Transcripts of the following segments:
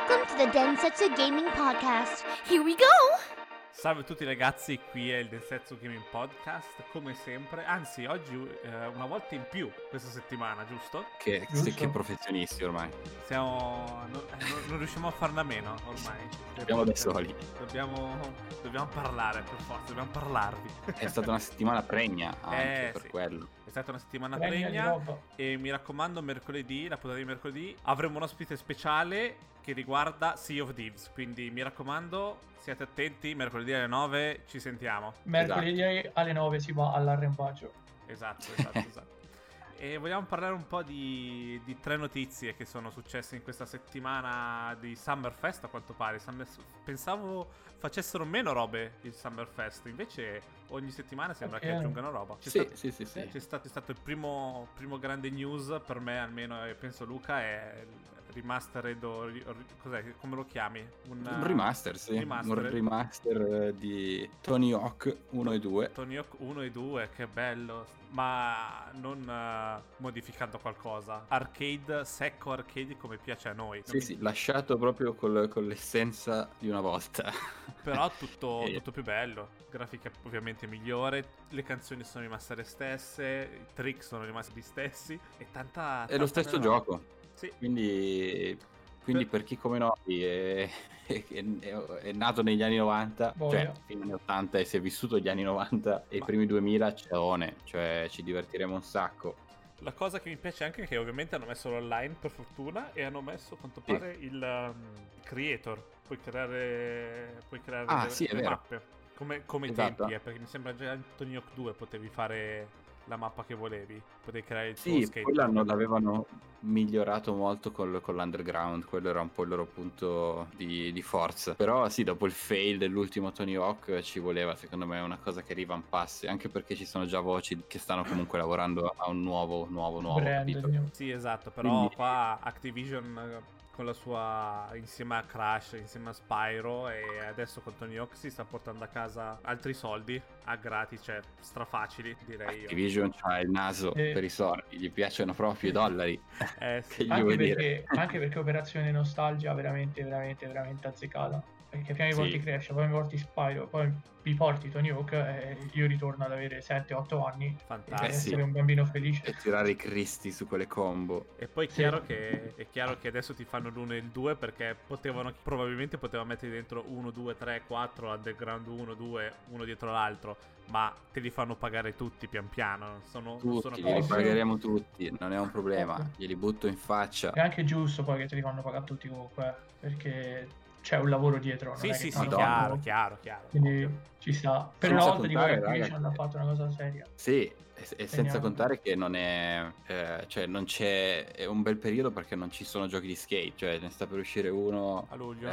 Welcome to the Densetsu Gaming Podcast. Here we go! Salve a tutti ragazzi, qui è il Densetsu Gaming Podcast, come sempre, anzi oggi una volta in più questa settimana, giusto? Che professionisti ormai. Non riusciamo a farne a meno ormai. Abbiamo da soli. Dobbiamo parlare per forza, dobbiamo parlarvi. È stata una settimana pregna anche per sì. quello. È stata una settimana pregna e mi raccomando mercoledì, la puntata di mercoledì, avremo un ospite speciale che riguarda Sea of Thieves, quindi mi raccomando siate attenti, mercoledì alle 9 ci sentiamo. Mercoledì alle 9 si va all'arrembaggio. Esatto. E vogliamo parlare un po' di tre notizie che sono successe in questa settimana di Summerfest, a quanto pare. Pensavo facessero meno robe il Summerfest, invece ogni settimana sembra che aggiungano roba. Sì. C'è stato il primo grande news per me, almeno, e penso Luca, è il remastered cos'è? Come lo chiami? Un remaster, sì. Un remaster di Tony Hawk 1 e 2. Tony Hawk 1 e 2, che bello. Ma non modificando qualcosa. Arcade, secco arcade come piace a noi. Sì, lasciato proprio con l'essenza di una volta. Però tutto più bello. Grafica ovviamente migliore. Le canzoni sono rimaste le stesse. I trick sono rimasti gli stessi. E tanta è lo stesso gioco. Sì. Quindi per chi come noi è nato negli anni 90, cioè fino agli anni 80 e si è vissuto gli anni 90 e i primi 2000, cioè ci divertiremo un sacco. La cosa che mi piace anche è che ovviamente hanno messo l'online per fortuna e hanno messo a quanto pare il creator. Puoi creare le mappe come esatto. tempi, perché mi sembra già in Tony Hawk 2 potevi fare la mappa che volevi, potevi creare il tuo skate. Poi l'avevano migliorato molto con l'Underground, quello era un po' il loro punto di forza. Però sì, dopo il fail dell'ultimo Tony Hawk ci voleva, secondo me, una cosa che rivampasse, anche perché ci sono già voci che stanno comunque lavorando a un nuovo capitolo. Sì, esatto, però qua Activision con la sua, insieme a Crash, insieme a Spyro, e adesso con Tony Hawk si sta portando a casa altri soldi a gratis, cioè strafacili, direi io. Activision c'ha il naso per i soldi, gli piacciono proprio i dollari. Sì. Anche perché Operazione Nostalgia veramente azzeccata. Perché prima mi porti Crash, poi mi porti Spyro, poi mi porti Tony Hawk e io ritorno ad avere 7-8 anni. Fantastico. E essere un bambino felice. E tirare i cristi su quelle combo. E poi è chiaro che adesso ti fanno l'1 e il 2 perché probabilmente potevano mettere dentro 1, 2, 3, 4, Underground 1, 2, uno dietro l'altro, ma te li fanno pagare tutti pian piano. Li pagheremo tutti, non è un problema, glieli butto in faccia. È anche giusto poi che te li fanno pagare tutti comunque, perché c'è un lavoro dietro. Sì, chiaro. Quindi ci sta. Per una volta dico che ci hanno fatto una cosa seria. Sì, e senza contare che non è cioè non c'è, è un bel periodo perché non ci sono giochi di skate, cioè ne sta per uscire uno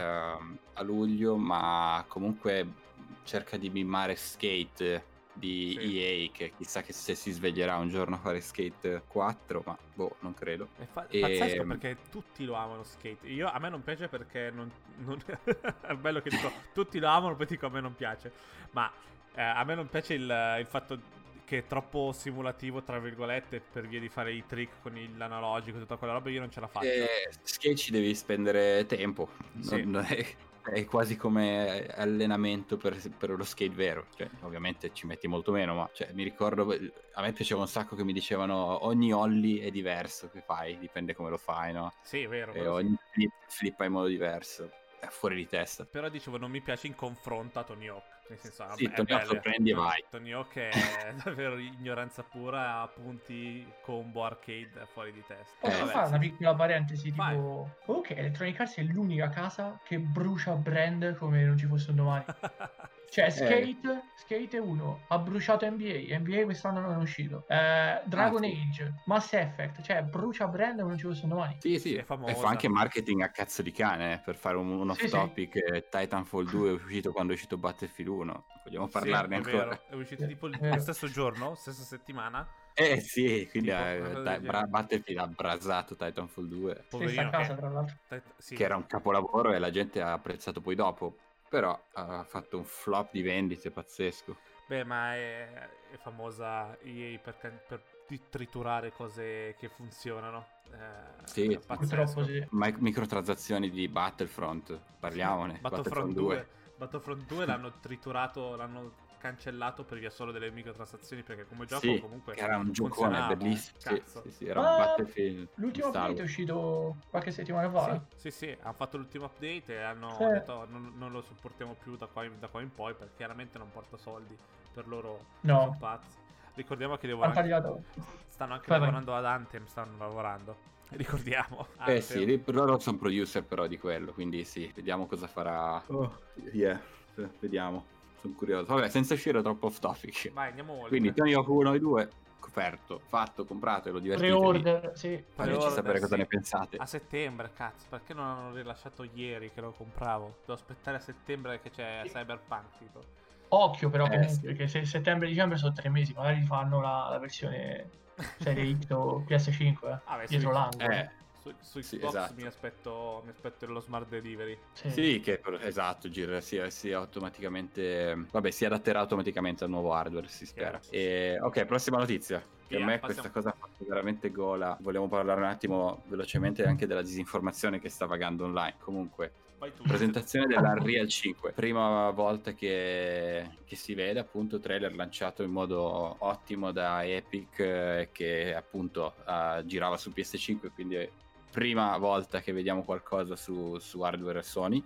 a luglio, ma comunque cerca di mimare Skate di EA, che chissà che se si sveglierà un giorno a fare Skate 4, ma non credo. È pazzesco perché tutti lo amano Skate. A me non piace perché non è bello che dico tutti lo amano, poi dico a me non piace. Ma a me non piace il fatto che è troppo simulativo, tra virgolette, per via di fare i trick con l'analogico, tutta quella roba, io non ce la faccio. Skate ci devi spendere tempo, è quasi come allenamento per lo skate vero, cioè ovviamente ci metti molto meno, ma mi ricordo, a me piaceva un sacco che mi dicevano ogni ollie è diverso che fai, dipende come lo fai, no? Sì, è vero. E ogni flippa in modo diverso, è fuori di testa. Però dicevo, non mi piace in confronto a Tony Hawk, nel senso, Tony Hawk lo prendi e vai. Tony Hawk è davvero ignoranza pura, a punti combo arcade fuori di testa. Posso fare una piccola parentesi, tipo comunque Electronic Arts è l'unica casa che brucia brand come non ci fosse un domani. Cioè Skate 1 ha bruciato NBA quest'anno non è uscito, Dragon Age, Mass Effect, cioè brucia brand come non ci fosse un domani. Sì, è famosa. E fa anche marketing a cazzo di cane, per fare un off topic. Titanfall 2 è uscito quando è uscito Battlefield 1, vogliamo parlarne ancora? Vero. È uscito tipo lo stesso giorno, stessa settimana. Sì, quindi Battlefield ha brasato Titanfall 2. Stessa casa, tra l'altro. Che era un capolavoro e la gente ha apprezzato poi dopo. Però ha fatto un flop di vendite pazzesco. Beh, ma è famosa EA per di triturare cose che funzionano. Sì, purtroppo sì. Microtransazioni di Battlefront, parliamone. Battlefront 2 l'hanno triturato, l'hanno cancellato per via solo delle microtransazioni, perché come gioco comunque era un giocone bellissimo. Sì, era un Battlefield. L'ultimo update è uscito qualche settimana fa. Sì, hanno fatto l'ultimo update e hanno detto non lo supportiamo più da qua in poi, perché chiaramente non porta soldi per loro. Sono pazzi. Ricordiamo che stanno anche lavorando ad Anthem, ricordiamo. Sì, loro sono producer però di quello, quindi sì, vediamo cosa farà. Vediamo, sono curioso. Vabbè, senza uscire troppo off topic. Vai, andiamo oltre. Quindi Tony Hawk 1 e 2 coperto, fatto, compratelo, divertitevi. Pre-order, sì. Fateci sapere cosa ne pensate. A settembre, cazzo, perché non hanno rilasciato ieri che lo compravo? Devo aspettare a settembre che c'è Cyberpunk, tipo. Occhio però perché se settembre-dicembre sono 3 mesi, magari fanno la versione Serie X o PS5 dietro l'angolo. Su Xbox esatto. mi aspetto lo smart delivery. Sì, che esatto, gira sia automaticamente. Vabbè, si adatterà automaticamente al nuovo hardware, si spera. Ok, prossima notizia. Che a me questa cosa ha fatto veramente gola. Vogliamo parlare un attimo velocemente anche della disinformazione che sta vagando online. Comunque, presentazione dell'Unreal 5, prima volta che si vede appunto trailer lanciato in modo ottimo da Epic, che appunto girava su PS5, quindi prima volta che vediamo qualcosa su hardware Sony.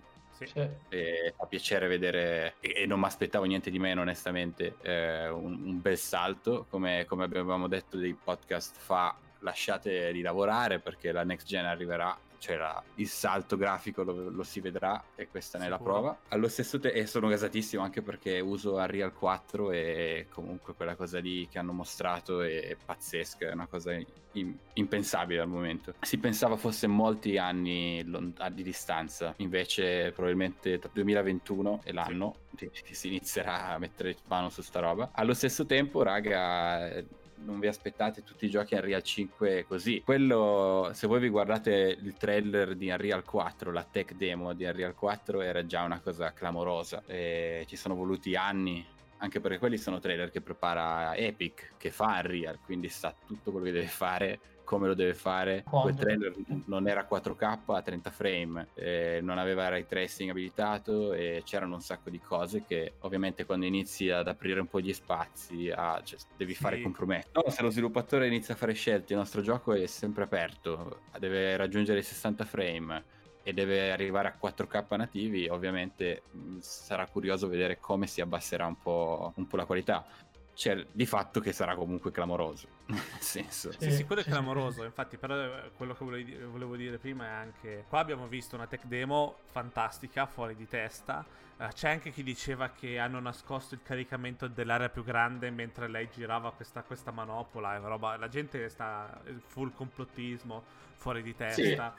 E fa piacere vedere, e non mi aspettavo niente di meno onestamente, un bel salto, come avevamo detto dei podcast fa. Lasciate di lavorare perché la next gen arriverà, cioè il salto grafico lo si vedrà, e questa ne è la prova. Allo stesso tempo, e sono gasatissimo anche perché uso Unreal 4 e comunque quella cosa lì che hanno mostrato è pazzesca, è una cosa impensabile al momento. Si pensava fosse molti anni di distanza, invece probabilmente tra 2021 e l'anno che si inizierà a mettere mano su sta roba. Allo stesso tempo, raga, non vi aspettate tutti i giochi Unreal 5 così. Quello, se voi vi guardate il trailer di Unreal 4, la tech demo di Unreal 4 era già una cosa clamorosa, e ci sono voluti anni, anche perché quelli sono trailer che prepara Epic, che fa Unreal, quindi sa tutto quello che deve fare, come lo deve fare. Quel trailer non era 4K a 30 frame, non aveva ray tracing abilitato, e c'erano un sacco di cose che ovviamente quando inizi ad aprire un po' gli spazi devi fare compromessi. No, se lo sviluppatore inizia a fare scelte, il nostro gioco è sempre aperto, deve raggiungere i 60 frame e deve arrivare a 4K nativi, ovviamente sarà curioso vedere come si abbasserà un po' la qualità. Cioè, di fatto che sarà comunque clamoroso, nel senso. Sì, quello è clamoroso. Infatti, però quello che volevo dire prima è anche, qua abbiamo visto una tech demo fantastica, fuori di testa. C'è anche chi diceva che hanno nascosto il caricamento dell'area più grande mentre lei girava questa manopola e roba. La gente sta full complottismo, fuori di testa.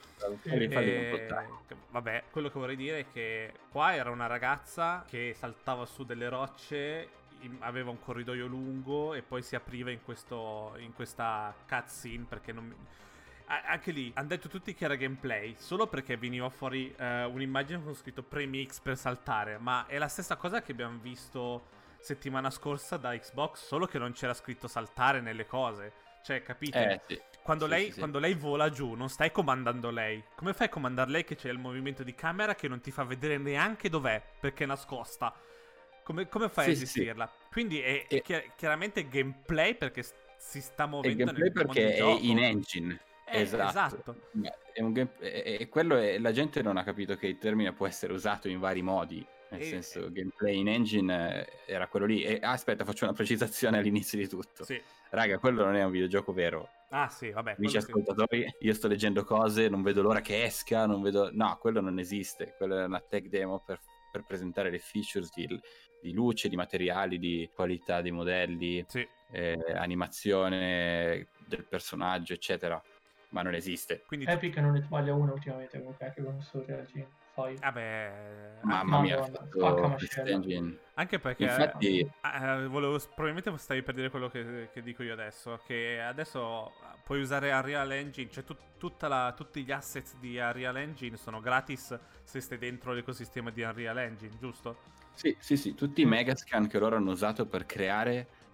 Vabbè, quello che vorrei dire è che qua era una ragazza che saltava su delle rocce, aveva un corridoio lungo e poi si apriva in questa cutscene, perché anche lì hanno detto tutti che era gameplay solo perché veniva fuori un'immagine con scritto premix per saltare, ma è la stessa cosa che abbiamo visto settimana scorsa da Xbox, solo che non c'era scritto saltare nelle cose, cioè capite? Sì. Quando lei vola giù non stai comandando lei, come fai a comandare lei che c'è il movimento di camera che non ti fa vedere neanche dov'è perché è nascosta? Come fai a gestirla? Quindi è chiaramente gameplay perché si sta muovendo. È gameplay perché è in engine. Esatto. E quello la gente non ha capito che il termine può essere usato in vari modi. Nel senso, gameplay in engine era quello lì. E aspetta, faccio una precisazione all'inizio di tutto. Sì. Raga, quello non è un videogioco vero. Ah sì, vabbè. Amici ascoltatori, io sto leggendo cose, non vedo l'ora che esca, No, quello non esiste. Quello è una tech demo per presentare le features di luce, di materiali, di qualità dei modelli, animazione del personaggio, eccetera, ma non esiste. Quindi Epic non ne sbaglia uno ultimamente, comunque, anche con questo Real G. Mamma mia, anche perché infatti probabilmente stavi per dire quello che dico io adesso, che adesso puoi usare Unreal Engine, cioè tutti gli assets di Unreal Engine sono gratis se stai dentro l'ecosistema di Unreal Engine, giusto? Sì, tutti i megascan che loro hanno usato per creare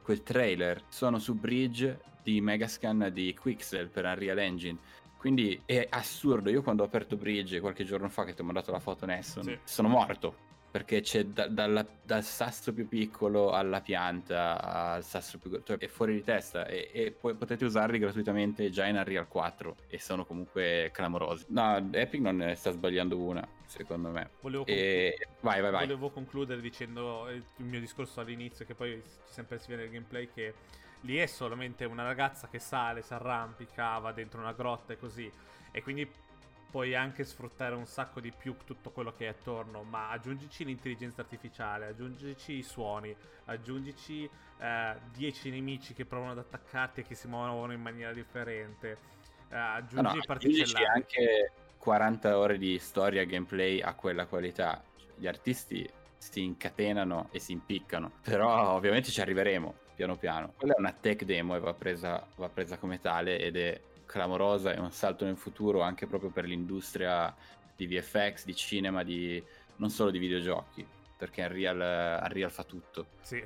quel trailer sono su bridge di Megascan di Quixel per Unreal Engine. Quindi è assurdo. Io quando ho aperto Bridge qualche giorno fa, che ti ho mandato la foto Nesson, sono morto. Perché c'è dal sasso più piccolo alla pianta, al sasso più cioè è fuori di testa. E poi potete usarli gratuitamente già in Unreal 4. E sono comunque clamorosi. No, Epic non ne sta sbagliando una, secondo me. Vai. Volevo concludere dicendo il mio discorso all'inizio, che poi sempre si vede nel gameplay, che lì è solamente una ragazza che sale, si arrampica, va dentro una grotta e così. E quindi puoi anche sfruttare un sacco di più tutto quello che è attorno, ma aggiungici l'intelligenza artificiale, aggiungici i suoni, aggiungici 10 nemici che provano ad attaccarti e che si muovono in maniera differente, aggiungi i particellari. Anche 40 ore di storia gameplay a quella qualità. Gli artisti si incatenano e si impiccano, però ovviamente ci arriveremo piano piano. Quella è una tech demo e va presa come tale ed è clamorosa, è un salto nel futuro anche proprio per l'industria di VFX, di cinema, non solo di videogiochi, perché Unreal fa tutto. Sì.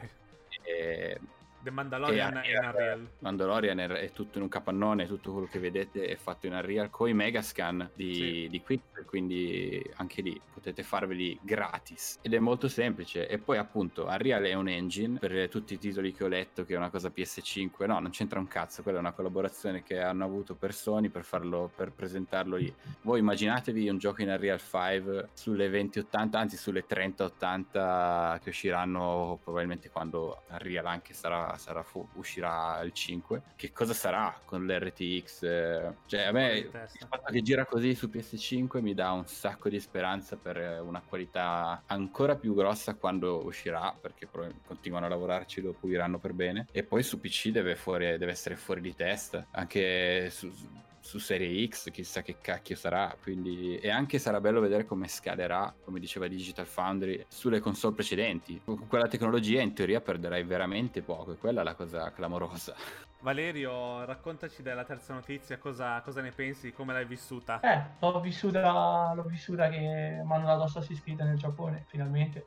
The Mandalorian è in Unreal. Mandalorian è tutto in un capannone, tutto quello che vedete è fatto in Unreal con i Megascan di Quixel, quindi anche lì potete farveli gratis ed è molto semplice. E poi appunto Unreal è un engine per tutti i titoli che ho letto, che è una cosa PS5. No, non c'entra un cazzo, quella è una collaborazione che hanno avuto per Sony per presentarlo lì. Voi immaginatevi un gioco in Unreal 5 sulle 2080, anzi sulle 3080 che usciranno probabilmente quando Unreal anche uscirà il 5. Che cosa sarà con l'RTX? Cioè a me il fatto che gira così su PS5 mi dà un sacco di speranza per una qualità ancora più grossa quando uscirà, perché continuano a lavorarci, lo puliranno per bene. E poi su PC deve essere fuori di testa, anche su Serie X chissà che cacchio sarà, quindi e anche sarà bello vedere come scalerà, come diceva Digital Foundry, sulle console precedenti. Con quella tecnologia in teoria perderai veramente poco, e quella è la cosa clamorosa. Valerio, raccontaci della terza notizia, cosa ne pensi, come l'hai vissuta? L'ho vissuta che mi hanno dato Assassin's Creed nel Giappone, finalmente.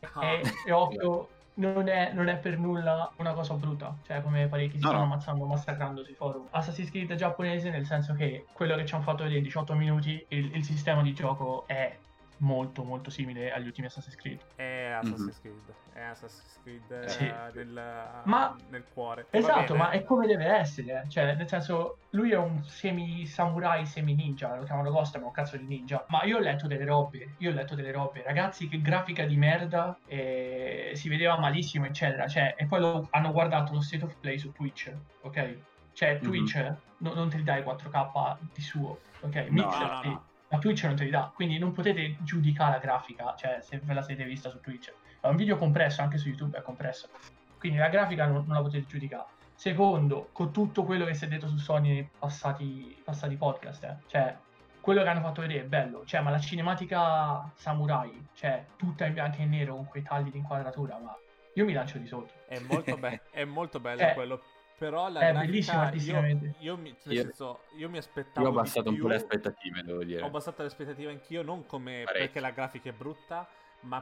E occhio, non è per nulla una cosa brutta, cioè come parecchi si stanno ammazzando, massacrando sui forum. Assassin's Creed giapponese, nel senso che quello che ci hanno fatto vedere in 18 minuti, il sistema di gioco è molto molto simile agli ultimi Assassin's Creed. È Assassin's Creed sì. nel cuore. Esatto, ma è come deve essere, cioè nel senso lui è un semi-samurai, semi-ninja, lo chiamano Ghost, ma è un cazzo di ninja. Ma io ho letto delle robe, ragazzi, che grafica di merda, si vedeva malissimo eccetera, cioè, e poi hanno guardato lo state of play su Twitch, ok? Cioè Twitch non te li dai 4K di suo, ok? Mixer sì. Ma Twitch non te li dà, quindi non potete giudicare la grafica, cioè se ve la siete vista su Twitch. È un video compresso, anche su YouTube è compresso, quindi la grafica non la potete giudicare. Secondo, con tutto quello che si è detto su Sony nei passati podcast, cioè quello che hanno fatto vedere è bello, cioè ma la cinematica samurai, cioè tutta in bianco e nero con quei tagli di inquadratura, ma io mi lancio di sotto. È molto bello quello. Però la grafica, bellissima artisticamente. Io mi aspettavo. Io ho abbassato un po' le aspettative, devo dire. Ho abbassato le aspettative anch'io, non come perché la grafica è brutta, ma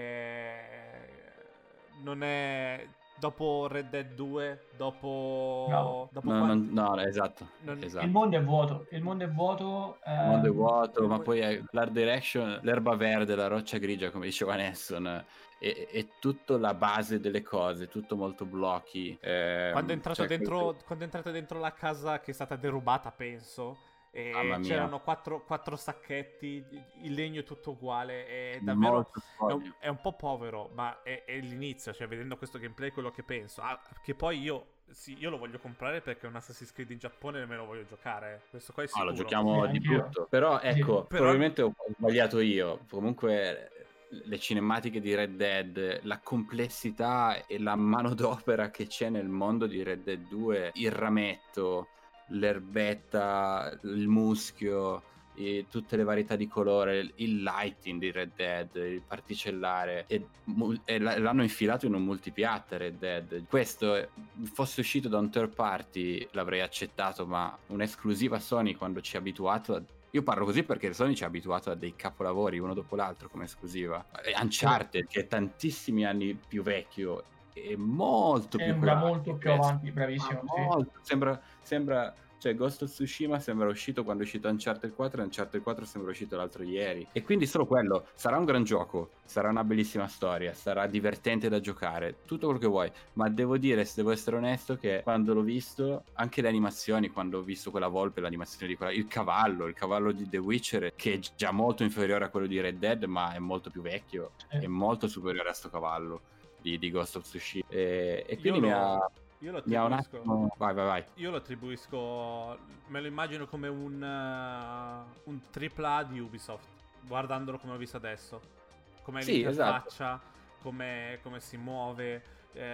perché non è. Dopo Red Dead 2, no, esatto. Il mondo è vuoto. Ma poi è l'art direction, l'erba verde, la roccia grigia, come diceva Nesson. È tutto la base delle cose, tutto molto blocchi. Quando è entrato dentro la casa che è stata derubata, penso, e c'erano quattro sacchetti, il legno è tutto uguale, è davvero è un po' povero, ma è l'inizio, cioè vedendo questo gameplay quello che penso, che poi io lo voglio comprare perché è un Assassin's Creed in Giappone e me lo voglio giocare, questo qua è sicuro. Lo giochiamo di brutto, però ecco, probabilmente ho sbagliato io, comunque le cinematiche di Red Dead, la complessità e la manodopera che c'è nel mondo di Red Dead 2, il rametto, l'erbetta, il muschio, tutte le varietà di colore, il lighting di Red Dead, il particellare, e l'hanno infilato in un multipiatta Red Dead. Questo fosse uscito da un third party l'avrei accettato, ma un'esclusiva Sony, quando ci ha abituato io parlo così perché Sony ci ha abituato a dei capolavori uno dopo l'altro come esclusiva. Uncharted, che è tantissimi anni più vecchio è molto più molto più avanti, bravissimo. Molto, sembra cioè Ghost of Tsushima sembra uscito quando è uscito Uncharted 4 e Uncharted 4 sembra uscito l'altro ieri, e quindi solo quello. Sarà un gran gioco, sarà una bellissima storia, sarà divertente da giocare, tutto quello che vuoi, ma devo dire, se devo essere onesto, che quando l'ho visto, anche le animazioni, quando ho visto quella volpe, l'animazione di quella, il cavallo di The Witcher, che è già molto inferiore a quello di Red Dead, ma è molto più vecchio, è molto superiore a sto cavallo di Ghost of Tsushima, e quindi io lo attribuisco. Vai. Io lo attribuisco. Me lo immagino come un AAA di Ubisoft. Guardandolo come l'ho visto adesso. Come l'interfaccia, esatto. come si muove.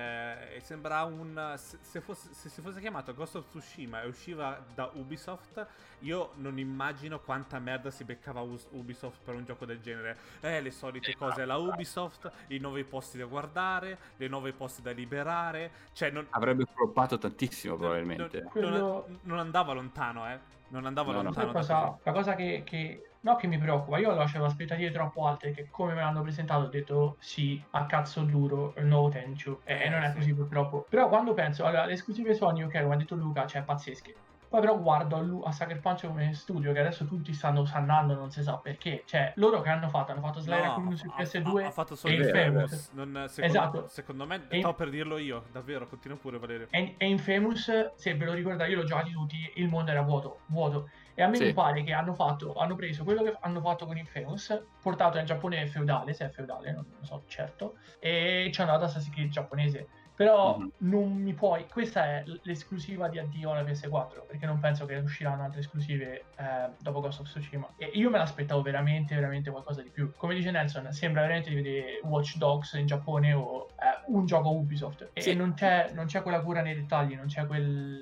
E sembra se si fosse chiamato Ghost of Tsushima e usciva da Ubisoft, io non immagino quanta merda si beccava Ubisoft per un gioco del genere. Le solite cose alla Ubisoft, i nuovi posti da guardare, le nuove posti da liberare. Cioè avrebbe floppato tantissimo probabilmente. Non andava lontano, Non andava lontano. La cosa che no, che mi preoccupa, io avevo aspettative troppo alte, che come me l'hanno presentato ho detto sì, a cazzo duro, il nuovo Tenchu, e non è così purtroppo. Però quando penso, allora, le esclusive Sony, ok, come ha detto Luca, cioè pazzesche. Poi però guardo a Sucker Punch come studio, che adesso tutti stanno sannando, non si sa perché. Cioè, loro che hanno fatto? Hanno fatto Sly Raccoon su PS2 ha fatto solo Infamous. Esatto. Secondo me, stavo per dirlo io, davvero, continua pure Valerio. E Infamous, se ve lo ricordate, io l'ho giocati tutti, il mondo era vuoto. E a me mi pare che hanno preso quello che hanno fatto con Infamous, portato in Giappone feudale, se è feudale, non lo so certo, e ci hanno dato Assassin's Creed giapponese. Però non mi puoi, questa è l'esclusiva di addio alla PS4, perché non penso che usciranno altre esclusive dopo Ghost of Tsushima, e io me l'aspettavo veramente qualcosa di più. Come dice Nelson, sembra veramente di vedere Watch Dogs in Giappone o un gioco Ubisoft, e non c'è quella cura nei dettagli, non c'è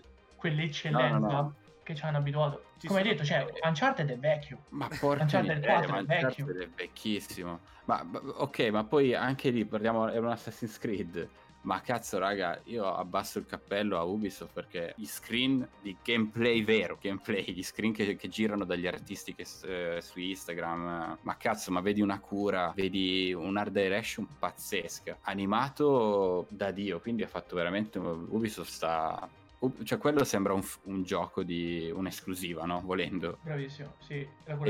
quell'eccellenza che ci hanno abituato. Come hai detto, cioè, Uncharted è vecchio. Ma porca Uncharted 4 è vecchio. Uncharted è vecchissimo. Ma ok, ma poi anche lì parliamo, è un Assassin's Creed. Ma cazzo raga, io abbasso il cappello a Ubisoft, perché gli screen di gameplay vero, gli screen che girano dagli artisti su Instagram, ma cazzo, ma vedi una cura, vedi un art direction pazzesca, animato da Dio, quindi ha fatto veramente, Ubisoft cioè quello sembra un gioco di un'esclusiva, no? Volendo. Bravissimo, sì.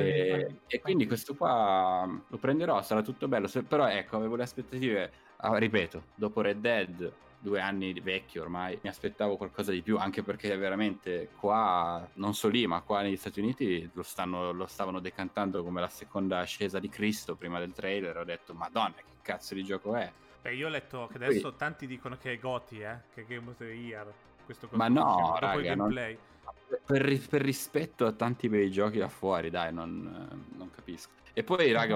E quindi questo qua lo prenderò, sarà tutto bello, però ecco, avevo le aspettative, ripeto, dopo Red Dead, 2 anni vecchio ormai, mi aspettavo qualcosa di più, anche perché veramente qua, non so lì, ma qua negli Stati Uniti lo stavano decantando come la seconda ascesa di Cristo prima del trailer. Ho detto, madonna, che cazzo di gioco è? Beh, io ho letto che adesso tanti dicono che è GOTY, che è Game of the Year. Ma no, dopo il gameplay. Per rispetto a tanti bei giochi là fuori, dai, non capisco. E poi raga,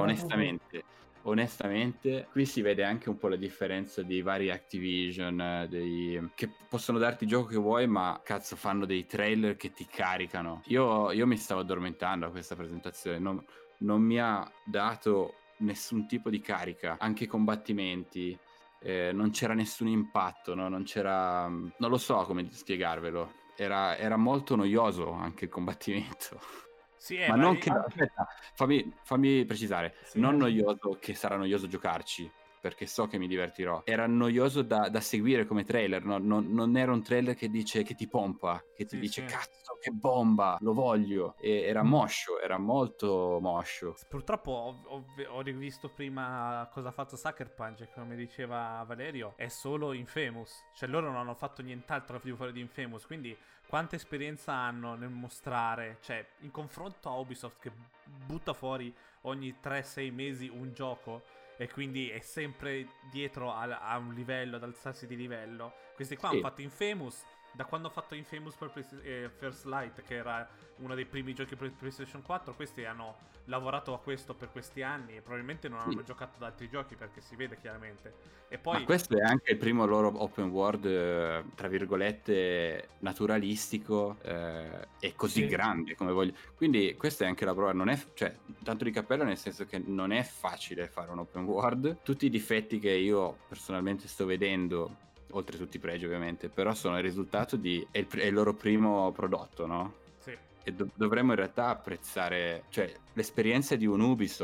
onestamente qui si vede anche un po' la differenza dei vari Activision, che possono darti il gioco che vuoi, ma cazzo fanno dei trailer che ti caricano. Io mi stavo addormentando a questa presentazione, non mi ha dato nessun tipo di carica, anche i combattimenti. Non c'era nessun impatto, no? Non c'era, non lo so come spiegarvelo, era molto noioso anche il combattimento. Sì, ma non che aspetta, fammi precisare, non noioso che sarà noioso giocarci, perché so che mi divertirò. Era noioso da seguire come trailer, no? Non era un trailer che ti pompa, che ti dice cazzo che bomba, lo voglio. E era moscio, era molto moscio. Purtroppo ho rivisto prima cosa ha fatto Sucker Punch, come diceva Valerio, è solo Infamous. Cioè loro non hanno fatto nient'altro di fuori di Infamous, quindi quanta esperienza hanno nel mostrare, cioè in confronto a Ubisoft che butta fuori ogni 3-6 mesi un gioco e quindi è sempre dietro a un livello, ad alzarsi di livello. Questi qua hanno fatto Infamous. Da quando ho fatto Infamous per First Light, che era uno dei primi giochi per PlayStation 4, questi hanno lavorato a questo per questi anni e probabilmente non hanno giocato ad altri giochi, perché si vede chiaramente. E poi... Ma questo è anche il primo loro open world, tra virgolette, naturalistico e così grande come voglio. Quindi questa è anche la prova, non è, cioè, tanto di cappello, nel senso che non è facile fare un open world. Tutti i difetti che io personalmente sto vedendo, oltre tutti i pregi ovviamente, però sono il risultato è il loro primo prodotto, no? Sì. E dovremmo in realtà apprezzare, cioè, l'esperienza di un Ubisoft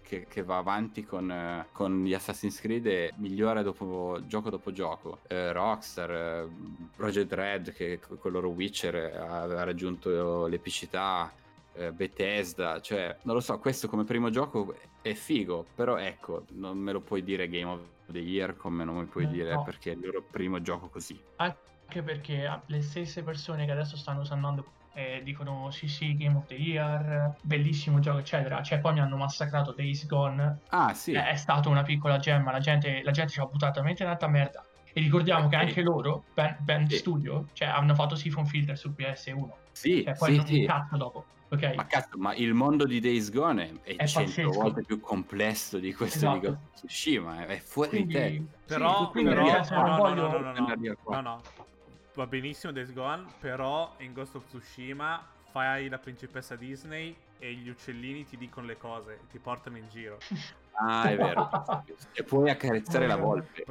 che va avanti con gli Assassin's Creed e migliora gioco dopo gioco. Rockstar, Project Red, che con loro Witcher ha raggiunto l'epicità, Bethesda, cioè non lo so, questo come primo gioco è figo, però ecco, non me lo puoi dire Game of the Year come non mi puoi dire perché è il loro primo gioco così. Anche perché le stesse persone che adesso stanno usando dicono sì Game of the Year, bellissimo gioco eccetera, cioè poi mi hanno massacrato Days Gone. Sì, è stata una piccola gemma, la gente ci ha buttato talmente tanta merda, e ricordiamo che anche loro Band Studio, cioè hanno fatto Siphon Filter su PS1, cioè poi non un cazzo dopo. Okay. Ma cazzo, ma il mondo di Days Gone è 100 volte più complesso di questo di Ghost of Tsushima, è fuori di te. Però no, va benissimo Days Gone, però in Ghost of Tsushima fai la principessa Disney e gli uccellini ti dicono le cose, ti portano in giro. È vero. E puoi accarezzare la volpe.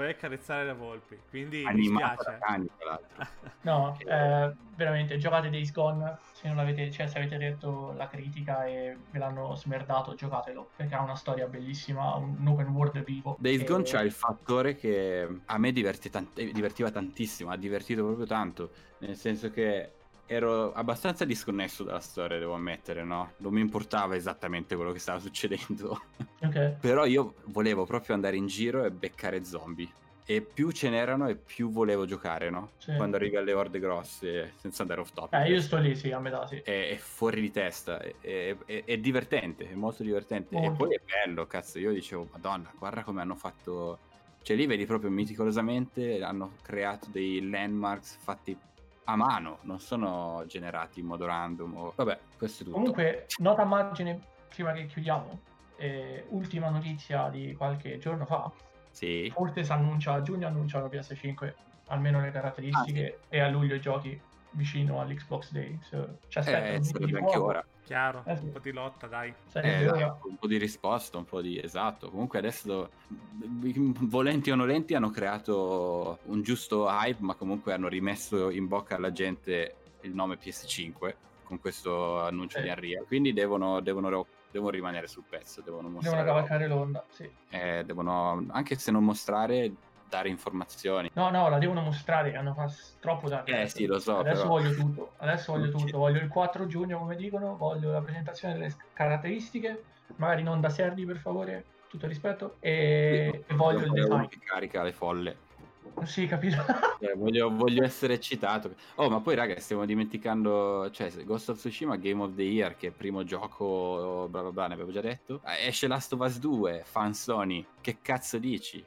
Quindi animata mi dispiace. Da cani, tra l'altro. No, veramente, giocate Days Gone, se non l'avete, cioè se avete detto la critica e ve l'hanno smerdato, giocatelo, perché ha una storia bellissima, un open world vivo. Days Gone c'ha il fattore che a me divertiva tantissimo, ha divertito proprio tanto, nel senso che ero abbastanza disconnesso dalla storia, devo ammettere, no? Non mi importava esattamente quello che stava succedendo. Okay. Però io volevo proprio andare in giro e beccare zombie. E più ce n'erano e più volevo giocare, no? Sì. Quando arrivi alle orde grosse, senza andare off topic. Io sto lì, sì, a metà, sì. È fuori di testa, è divertente, è molto divertente. E poi è bello, cazzo, io dicevo, madonna, guarda come hanno fatto... Cioè lì vedi proprio meticolosamente, hanno creato dei landmarks fatti a mano, non sono generati in modo random. Vabbè, questo è tutto. Comunque, nota a margine, prima che chiudiamo, ultima notizia di qualche giorno fa. Sì. Forse si annuncia a giugno, annunciano PS5, almeno le caratteristiche, e a luglio i giochi vicino all'Xbox Day. Ci aspetto anche ora. Chiaro, un po' di lotta, dai. Un po' di risposta, un po' di... Esatto. Comunque adesso, volenti o nolenti, hanno creato un giusto hype, ma comunque hanno rimesso in bocca alla gente il nome PS5 con questo annuncio di Unreal. Quindi devono rimanere sul pezzo, devono cavalcare l'onda, sì. Devono, anche se non mostrare, dare informazioni. No, la devono mostrare, hanno fatto troppo da sì, lo so. Adesso però... voglio tutto, voglio il 4 giugno, come dicono, voglio la presentazione delle caratteristiche, magari non da Serdi, per favore, tutto il rispetto, e voglio il design. Che carica le folle. Sì, capito. Voglio essere eccitato. Ma poi raga, stiamo dimenticando, cioè, Ghost of Tsushima Game of the Year, che è il primo gioco, bla bla bla, ne avevo già detto. Esce Last of Us 2, fan Sony, che cazzo dici?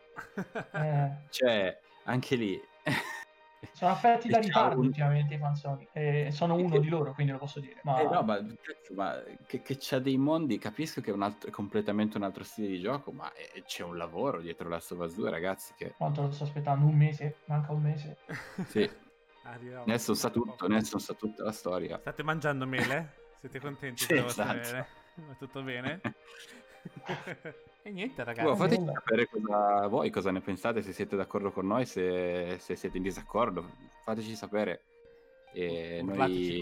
Cioè, anche lì sono affetti da ritardo ultimamente i fan Sony, sono uno di loro, quindi lo posso dire. Ma che c'ha dei mondi, capisco che è completamente un altro stile di gioco, ma c'è un lavoro dietro Last of Us 2, ragazzi, che... Quanto lo sto aspettando? Un mese? Manca un mese. Sì. Nelson sa tutto, Nelson sa tutta la storia. State mangiando mele? Siete contenti? Sì, esatto. Va tutto bene? E niente, ragazzi. Fateci sapere cosa ne pensate, se siete d'accordo con noi, se siete in disaccordo, fateci sapere. Urlateci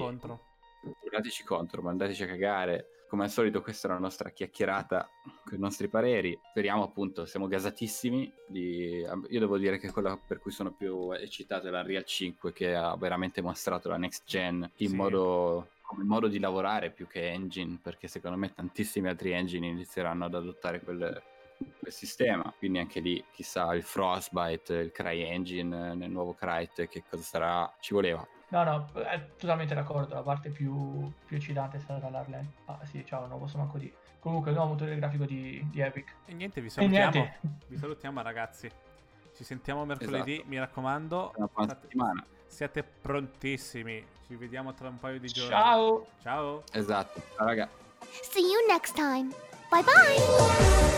contro, mandateci a cagare. Come al solito, questa è la nostra chiacchierata con i nostri pareri. Speriamo, appunto, siamo gasatissimi. Io devo dire che quella per cui sono più eccitato è la Unreal 5, che ha veramente mostrato la next gen come modo di lavorare più che engine, perché secondo me tantissimi altri engine inizieranno ad adottare quel sistema. Quindi anche lì, chissà, il Frostbite, il CryEngine nel nuovo Crytek, che cosa sarà, ci voleva. No, è totalmente d'accordo. La parte più eccitante è stata l'Arlen. Sì, ciao, non posso manco dire. Comunque il nuovo motore grafico di Epic. E niente, vi salutiamo. Vi salutiamo, ragazzi. Ci sentiamo mercoledì, esatto. Mi raccomando. Una buona settimana. Siate prontissimi. Ci vediamo tra un paio di giorni. Ciao. Ciao. Esatto. Ciao, raga. See you next time. Bye bye.